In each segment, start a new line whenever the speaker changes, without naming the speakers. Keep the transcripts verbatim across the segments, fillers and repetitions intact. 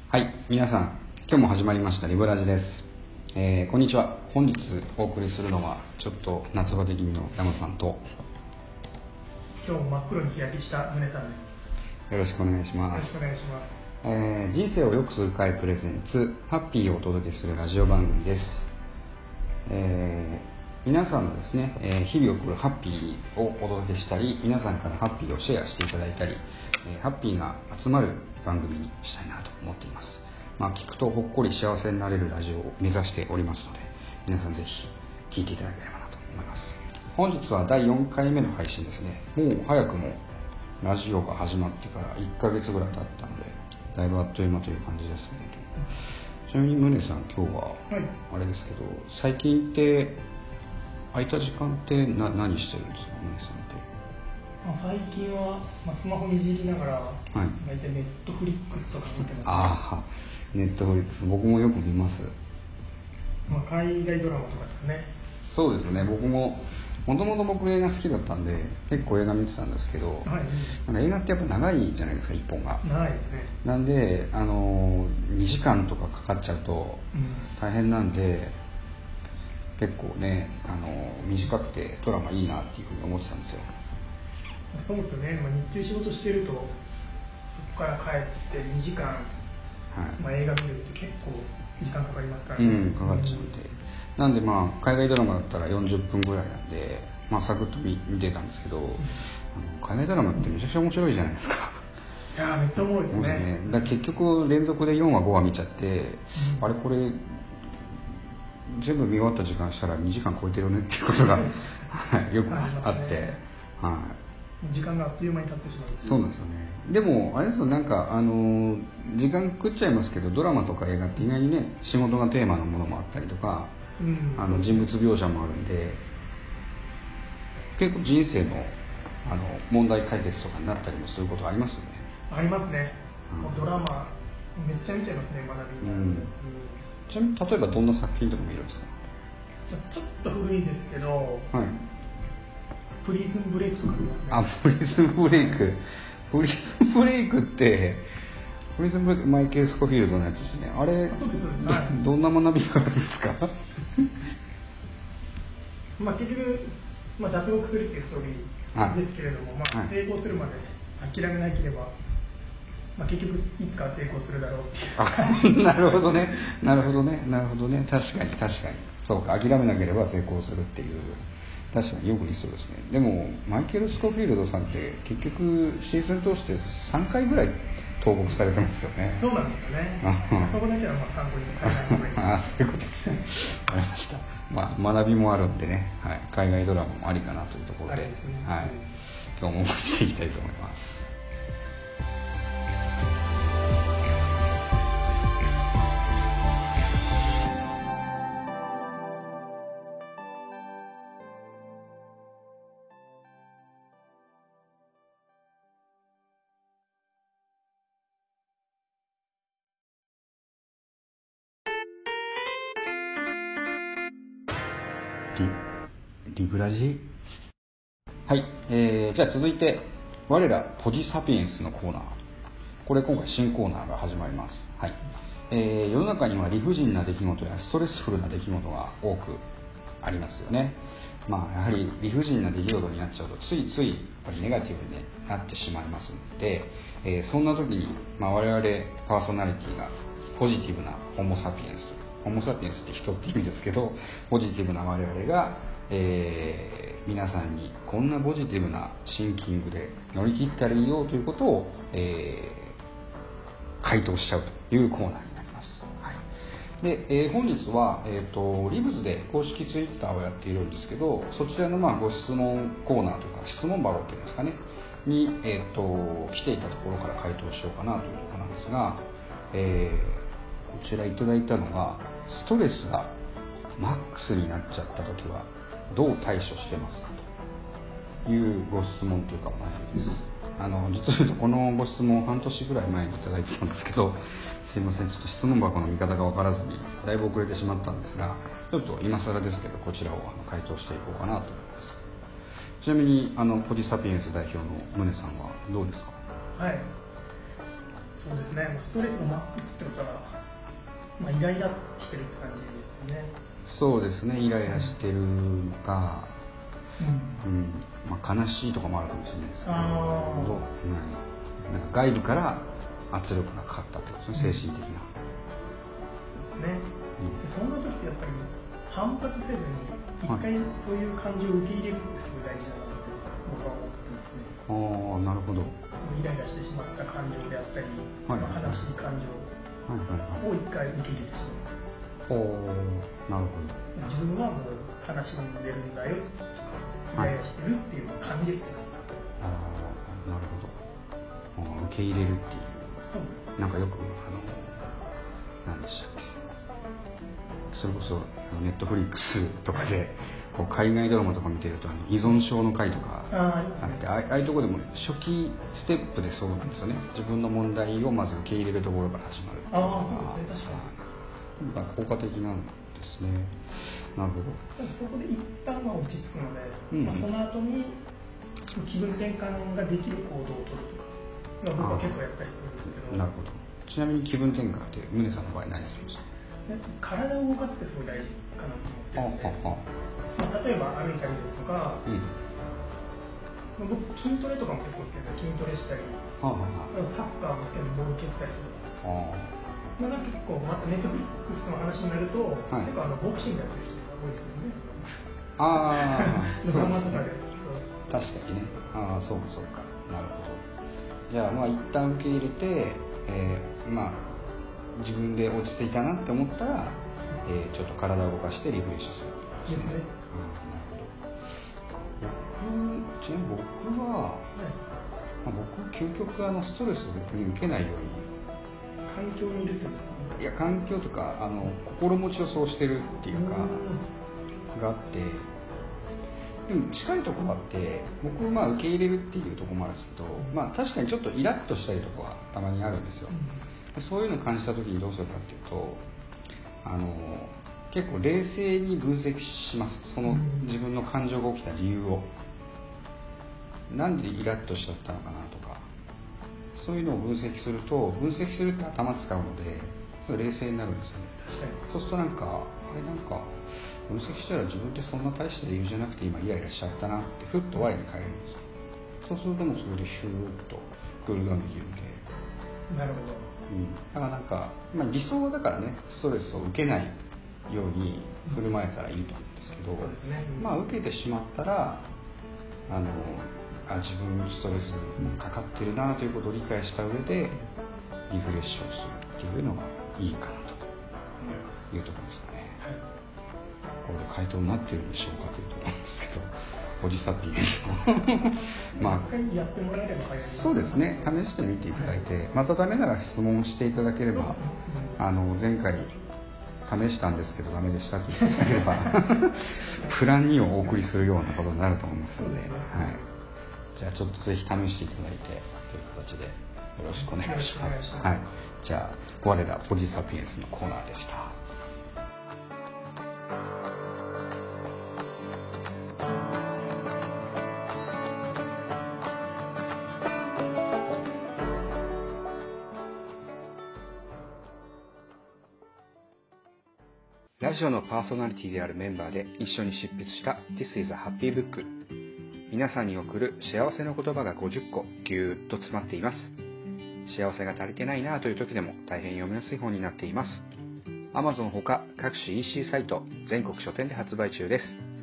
はい、皆さん、今日も始まりましたリブラジです。えー、こんにちは。本日お送りするのはちょっと夏バテ気味の山さんと、
今日も真っ黒に日焼けした宗さんです。
よろしくお願いします。
よろしくお願いします。
えー、人生を良くする会プレゼンツハッピーをお届けするラジオ番組です。えー、皆さんのですね、えー、日々を送るハッピーをお届けしたり、皆さんからハッピーをシェアしていただいたり、えー、ハッピーが集まる番組にしたいなと思っています。まあ、聞くとほっこり幸せになれるラジオを目指しておりますので、皆さんぜひ聞いていただければなと思います。本日はだいよんかいめの配信ですね。もう早くもラジオが始まってからいっかげつぐらい経ったので、だいぶあっという間という感じですね。ちなみに宗さん、今日はあれですけど、はい、最近って空いた時間ってな何してるんですか、宗さんって。
まあ、最近は、まあ、スマホいじりながら、はい、大体ネットフリックスとか見てます、ね、
ああ、ネットフリックス、僕もよく見ます。
まあ、海外ドラマとかですね。
そうですね、僕ももともと僕映画好きだったんで結構映画見てたんですけど、はい、なんか映画ってやっぱ長いじゃないですか、いっぽんが。
長いですね。
なんであのにじかんとかかかっちゃうと大変なんで、うん、結構ねあの短くてドラマいいなっていうふうに思ってたんですよ。
そうですよね、まあ、日中仕事してるとそこから帰ってにじかん、はい、まあ、映画見るって結構時間かかりますからね。
うん、かかっちゃうんで、なんでまあ海外ドラマだったらよんじゅっぷんぐらいなんで、まあ、サクッと 見, 見てたんですけど、うん、あの海外ドラマってめちゃくちゃ面白いじゃないですか。
いやめっちゃおもろいですね。
ね、だ結局連続でよんわごわ見ちゃって、うん、あれこれ全部見終わった時間したらにじかん超えてるねっていうことがよくあって、ね、はい、
時間があっという間に経ってしまう。
そうなんですよね。でもあれですよ、なんかあの時間食っちゃいますけど、ドラマとか映画って意外にね仕事がテーマのものもあったりとか、うん、あの人物描写もあるんで、結構人生のあの問題解決とかになったりもすることありますよね。
ありますね、うん、ドラマめっちゃ見ちゃいますね、学び、うんうん、
ちなみに例えばどんな作品とか見るんですか。
ちょっと古いですけど、はい、プリズンブレイクとか見ますね。
あ、プリズンブレイクプリズンブレイクってプリズンブレイクマイケル・スコフィールドのやつですね。あれ、そうです、はい、どんな学び方ですか。
まあ結局、まあ、脱獄するっていうストーリーですけれども、はい、まあ、成功するまで諦めなければ、まあ、結局いつか成功するだろうっていう。
なるほどね、なるほどね、なるほどね、確かに確かに、そうか、諦めなければ成功するっていう、確かによく理想ですね。でもマイケル・スコフィールドさんって結局シーズン通してさんかいぐらい投獄されてますよね。
そうなんですよね。そこだけはまあ参考にされない方がいい。
ああ、そういうことですね。わかりました。まあ学びもあるんでね、はい、海外ドラマもありかなというところで、でね、はい、今日もお待ちしていきたいと思います。リ, リブラジはい、えー、じゃあ続いて我らポジサピエンスのコーナー、これ今回新コーナーが始まります。はい、えー、世の中には理不尽な出来事やストレスフルな出来事が多くありますよね。まあやはり理不尽な出来事になっちゃうとついついやっぱりネガティブになってしまいますので、えー、そんな時に、まあ、我々パーソナリティがポジティブなホモサピエンス、ホモサピエンスって人って意味ですけど、ポジティブな我々が、えー、皆さんにこんなポジティブなシンキングで乗り切ったらいいよということを、えー、回答しちゃうというコーナーになります。はい、で、えー、本日は、えーと、リブズで公式ツイッターをやっているんですけど、そちらのまあご質問コーナーというか質問箱っていうんですかねに、えーと、来ていたところから回答しようかなというところなんですが、えー、こちらいただいたのが、ストレスがマックスになっちゃった時はどう対処してますかというご質問というかお悩みです。あの実を言うとこのご質問を半年ぐらい前にいただいてたんですけど、すいません、ちょっと質問箱の見方が分からずにだいぶ遅れてしまったんですが、ちょっと今更ですけどこちらを回答していこうかなと思います。ちなみにあのポジサピエンス代表の宗さんはどうですか。
はい、 そうですね、ストレスがマックスってことは、まあ、イライラしてるって感じですよね。
そうですね、イライラしてるか、うんうんまあ、悲しいとかもあるかもしれないですけど、あ、うん、なんか外部から圧力がかかったってことですね、精神的な。
そうですね、うん、でそんな時ってやっぱり反発せずに一回そういう感情を受け入れるってすごい大事だなと僕は思ってますね。
ああ、なるほど。
イライラしてしまった感情であったり、はいまあ、悲しい感情を一回受け入れてしまう。
おなるほど。
自分はもう悲しんでるんだよ、イライラしてるっていうのを感じるっていうか。
ああ、なるほど。受け入れるっていう、うん、なんかよくあの何でしたっけ、それこそネットフリックスとかでこう海外ドラマとか見てるとあの依存症の回とかあって、ああいうところでも初期ステップでそうなんですよね。自分の問題をまず受け入れるところから始まる。
ああ、そうですね、確かに。
効果的なんですね。なるほど。
そこで一旦は落ち着くので、うんまあ、その後に気分転換ができる行動を取るとか、僕は結構やったりするんですけど。
なるほど。ちなみに気分転換って宗さんの場合何するんですか？
体を動かすってすごい大事かなと思っていて、まあ、例えば歩いたりですとか、うん、僕筋トレとかも結構好きで筋トレしたり、はあはあ、サッカーも好きでボール蹴ったりとか、はあまあ、結構またネットフリックスの話になると、はい、結構あのボクシングやってる人が多いですよね。ああ、ドラマとかで。
確かにね。ああ、そうかそうか。なるほど。じゃあまあ一旦受け入れて、えー、まあ自分で落ち着いたなって思ったら、えー、ちょっと体を動かしてリフレッシュする。ですね。ああ、なるほど。僕、ちなみに僕は、はいまあ、僕究極あのストレスを逆に受けないように。
環境にいるってことですか？
いや環境とかあの心持ちをそうしてるっていうかがあって、でも近いところがあって僕まあ受け入れるっていうところもあるんですけど、まあ確かにちょっとイラッとしたりとかはたまにあるんですよ。そういうのを感じた時にどうするかっていうと、あの結構冷静に分析します。その自分の感情が起きた理由を、なんでイラッとしちゃったのかなとか、そういうのを分析すると、分析するって頭使うのでそれ冷静になるんですよね。そうするとなんかあれなんか分析したら自分ってそんな大した理由じゃなくて今イライラしちゃったなってふっと我に返るんですよ。そうするともうそれでシューッとクールダウンできるんで。
なるほど。
うん、だからなんか、まあ、理想はだからねストレスを受けないように振る舞えたらいいと思うんですけど、うんねうん、まあ受けてしまったらあのあ自分ストレスかかってるなということを理解した上でリフレッシュをするっていうのがいいかなというところですかね。これで回答になっているんでしょうかというところなんですけど、ポジサピエンスまあそうですね、試してみていただいて、またダメなら質問していただければ、あの前回試したんですけどダメでしたと言っていただければプランにをお送りするようなことになると思いますので、はい、じゃあちょっとぜひ試していただいてという形でよろしくお願いします。はい、じゃあ我らポジサピエンスのコーナーでした。ラジオのパーソナリティであるメンバーで一緒に執筆した This is a Happy Book。 皆さんに送る幸せの言葉がごじゅっこぎゅーっと詰まっています。幸せが足りてないなという時でも大変読みやすい本になっています。 Amazon ほか各種 イーシー サイト全国書店で発売中です。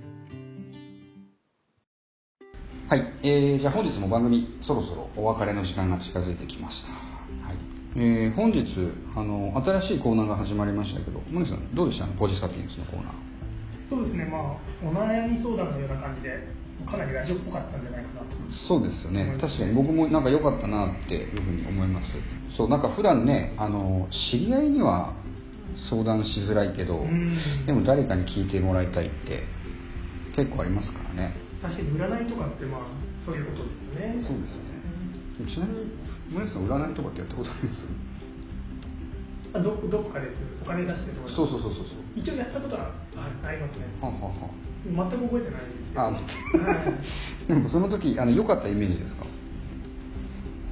はい、えー、じゃあ本日も番組そろそろお別れの時間が近づいてきました。えー、本日あの新しいコーナーが始まりましたけど、森さんどうでしたポジサピエンスのコーナー。
そうですね、まあお悩み相談のような感じでかなりラジオっぽかったんじゃないかなと。
そうですよね、確かに僕もなんか良かったなっていうふうに思います。そうなんか普段ねあの知り合いには相談しづらいけど、でも誰かに聞いてもらいたいって結構ありますからね。
確かに占いとかってまあそういうことですよね。
そうですよね。ちなみに森さん占いとかってやったことあります？
あ ど, どこかでお金出してとか。
そうそうそうそう。
一応やったことはありますね。ははは全く覚えてないですけど。
あ、はい、でもその時あの良かったイメージですか？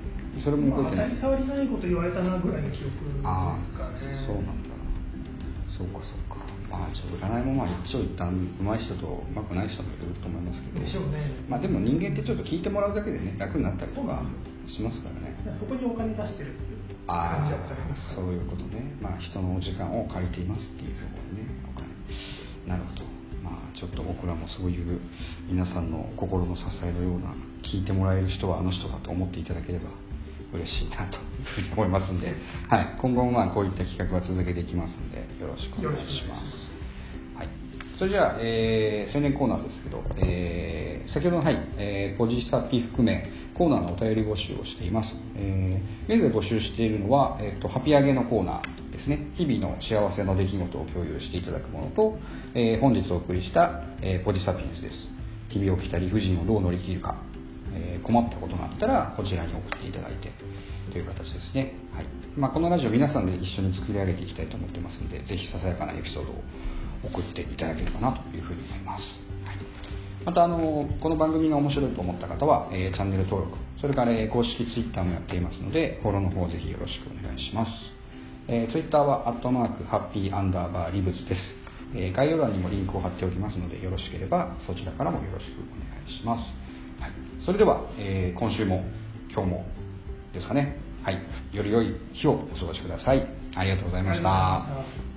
それも覚えてない。
当たり障りないこと言われたなぐらいの記憶ですかね。
そうなんだ。そうかそうか。まあちょっと占いもまあ一長一短、上手い人と上手くない人もいると思いますけど。
でしょうね。
まあでも人間ってちょっと聞いてもらうだけでね楽になったりとかしますからね。
そこにお金出してるっていう感じだったりますか。
そういうことね。まあ人のお時間を借りていますっていうところでね。お金。なるほど。まあちょっと僕らもそういう皆さんの心の支えのような聞いてもらえる人はあの人だと思っていただければ嬉しいなというふうに思いますんで、はい、今後もまあこういった企画は続けていきますのでよろしくお願いします。はい、それじゃあ、えー、宣伝コーナーですけど、えー、先ほどの、はいえー、ポジサピ含めコーナーのお便り募集をしています。えー、現在募集しているのは、えーと、ハピ上げのコーナーですね。日々の幸せの出来事を共有していただくものと、えー、本日お送りした、えー、ポジサピエンスです。日々起きた理不尽をどう乗り切るか、えー、困ったことがあったらこちらに送っていただいてという形ですね。はいまあ、このラジオ皆さんで一緒に作り上げていきたいと思ってますので、ぜひささやかなエピソードを送っていただければなというふうに思います。はい、またあのこの番組が面白いと思った方は、えー、チャンネル登録、それから、えー、公式ツイッターもやっていますのでフォローの方ぜひよろしくお願いします。えー、ツイッターはアットマークハッピーアンダーバーリブズです。えー、概要欄にもリンクを貼っておりますのでよろしければそちらからもよろしくお願いします。はい、それでは、えー、今週も今日もですかね、はい、より良い日をお過ごしください。ありがとうございました。